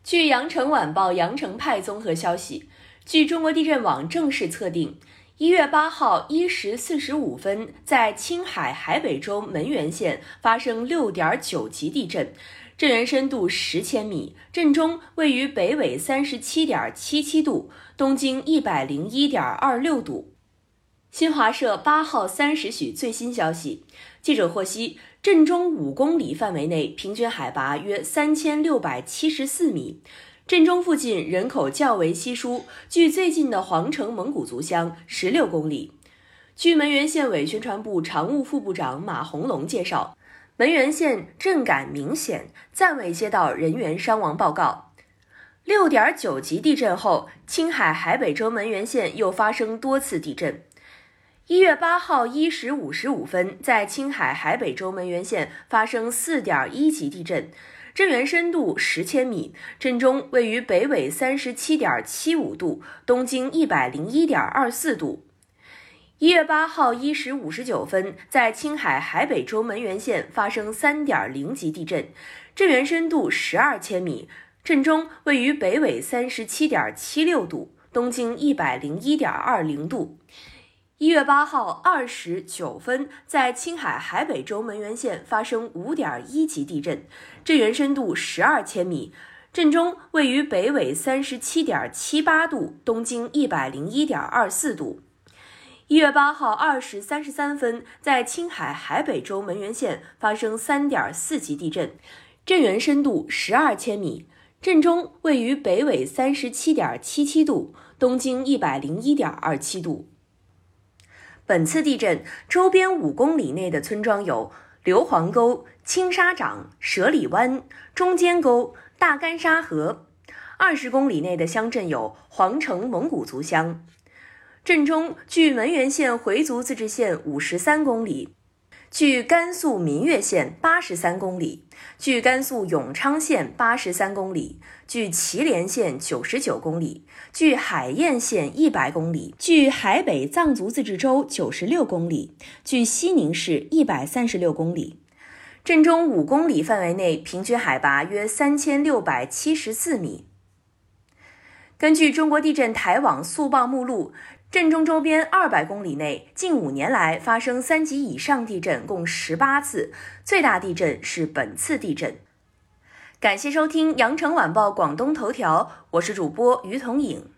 据羊城晚报羊城派综合消息，据中国地震网正式测定，1月8号1时45分，在青海海北州门源县发生6.9级地震，震源深度10千米，震中位于北纬37.77度，东经101.26度。新华社8号30许最新消息，记者获悉，震中5公里范围内平均海拔约3674米，震中附近人口较为稀疏，距最近的皇城蒙古族乡16公里。据门源县委宣传部常务副部长马红龙介绍，门源县震感明显，暂未接到人员伤亡报告。6.9级地震后，青海海北州门源县又发生多次地震。1月8号1时55分，在青海海北州门源县发生4.1级地震，震源深度10千米，震中位于北纬37.75度，东经101.24度。1月8号1时59分，在青海海北州门源县发生3.0级地震，震源深度12千米，震中位于北纬37.76度，东经101.20度。1月8号2时9分，在青海海北州门源县发生5.1级地震，震源深度12千米，震中位于北纬37.78度，东经101.24度。1月8号2时33分，在青海海北州门源县发生3.4级地震，震源深度12千米，震中位于北纬37.77度，东经101.27度。本次地震周边5公里内的村庄有硫磺沟、青沙掌、蛇里湾、中间沟、大干沙河；20公里内的乡镇有皇城蒙古族乡。震中距门源县回族自治县53公里，距甘肃民越县83公里，距甘肃永昌县83公里，距祁连县99公里，距海晏县100公里，距海北藏族自治州96公里，距西宁市136公里。震中5公里范围内平均海拔约3674米。根据中国地震台网速报目录，震中周边200公里内近5年来发生3级以上地震共18次，最大地震是本次地震。感谢收听羊城晚报广东头条，我是主播于彤颖。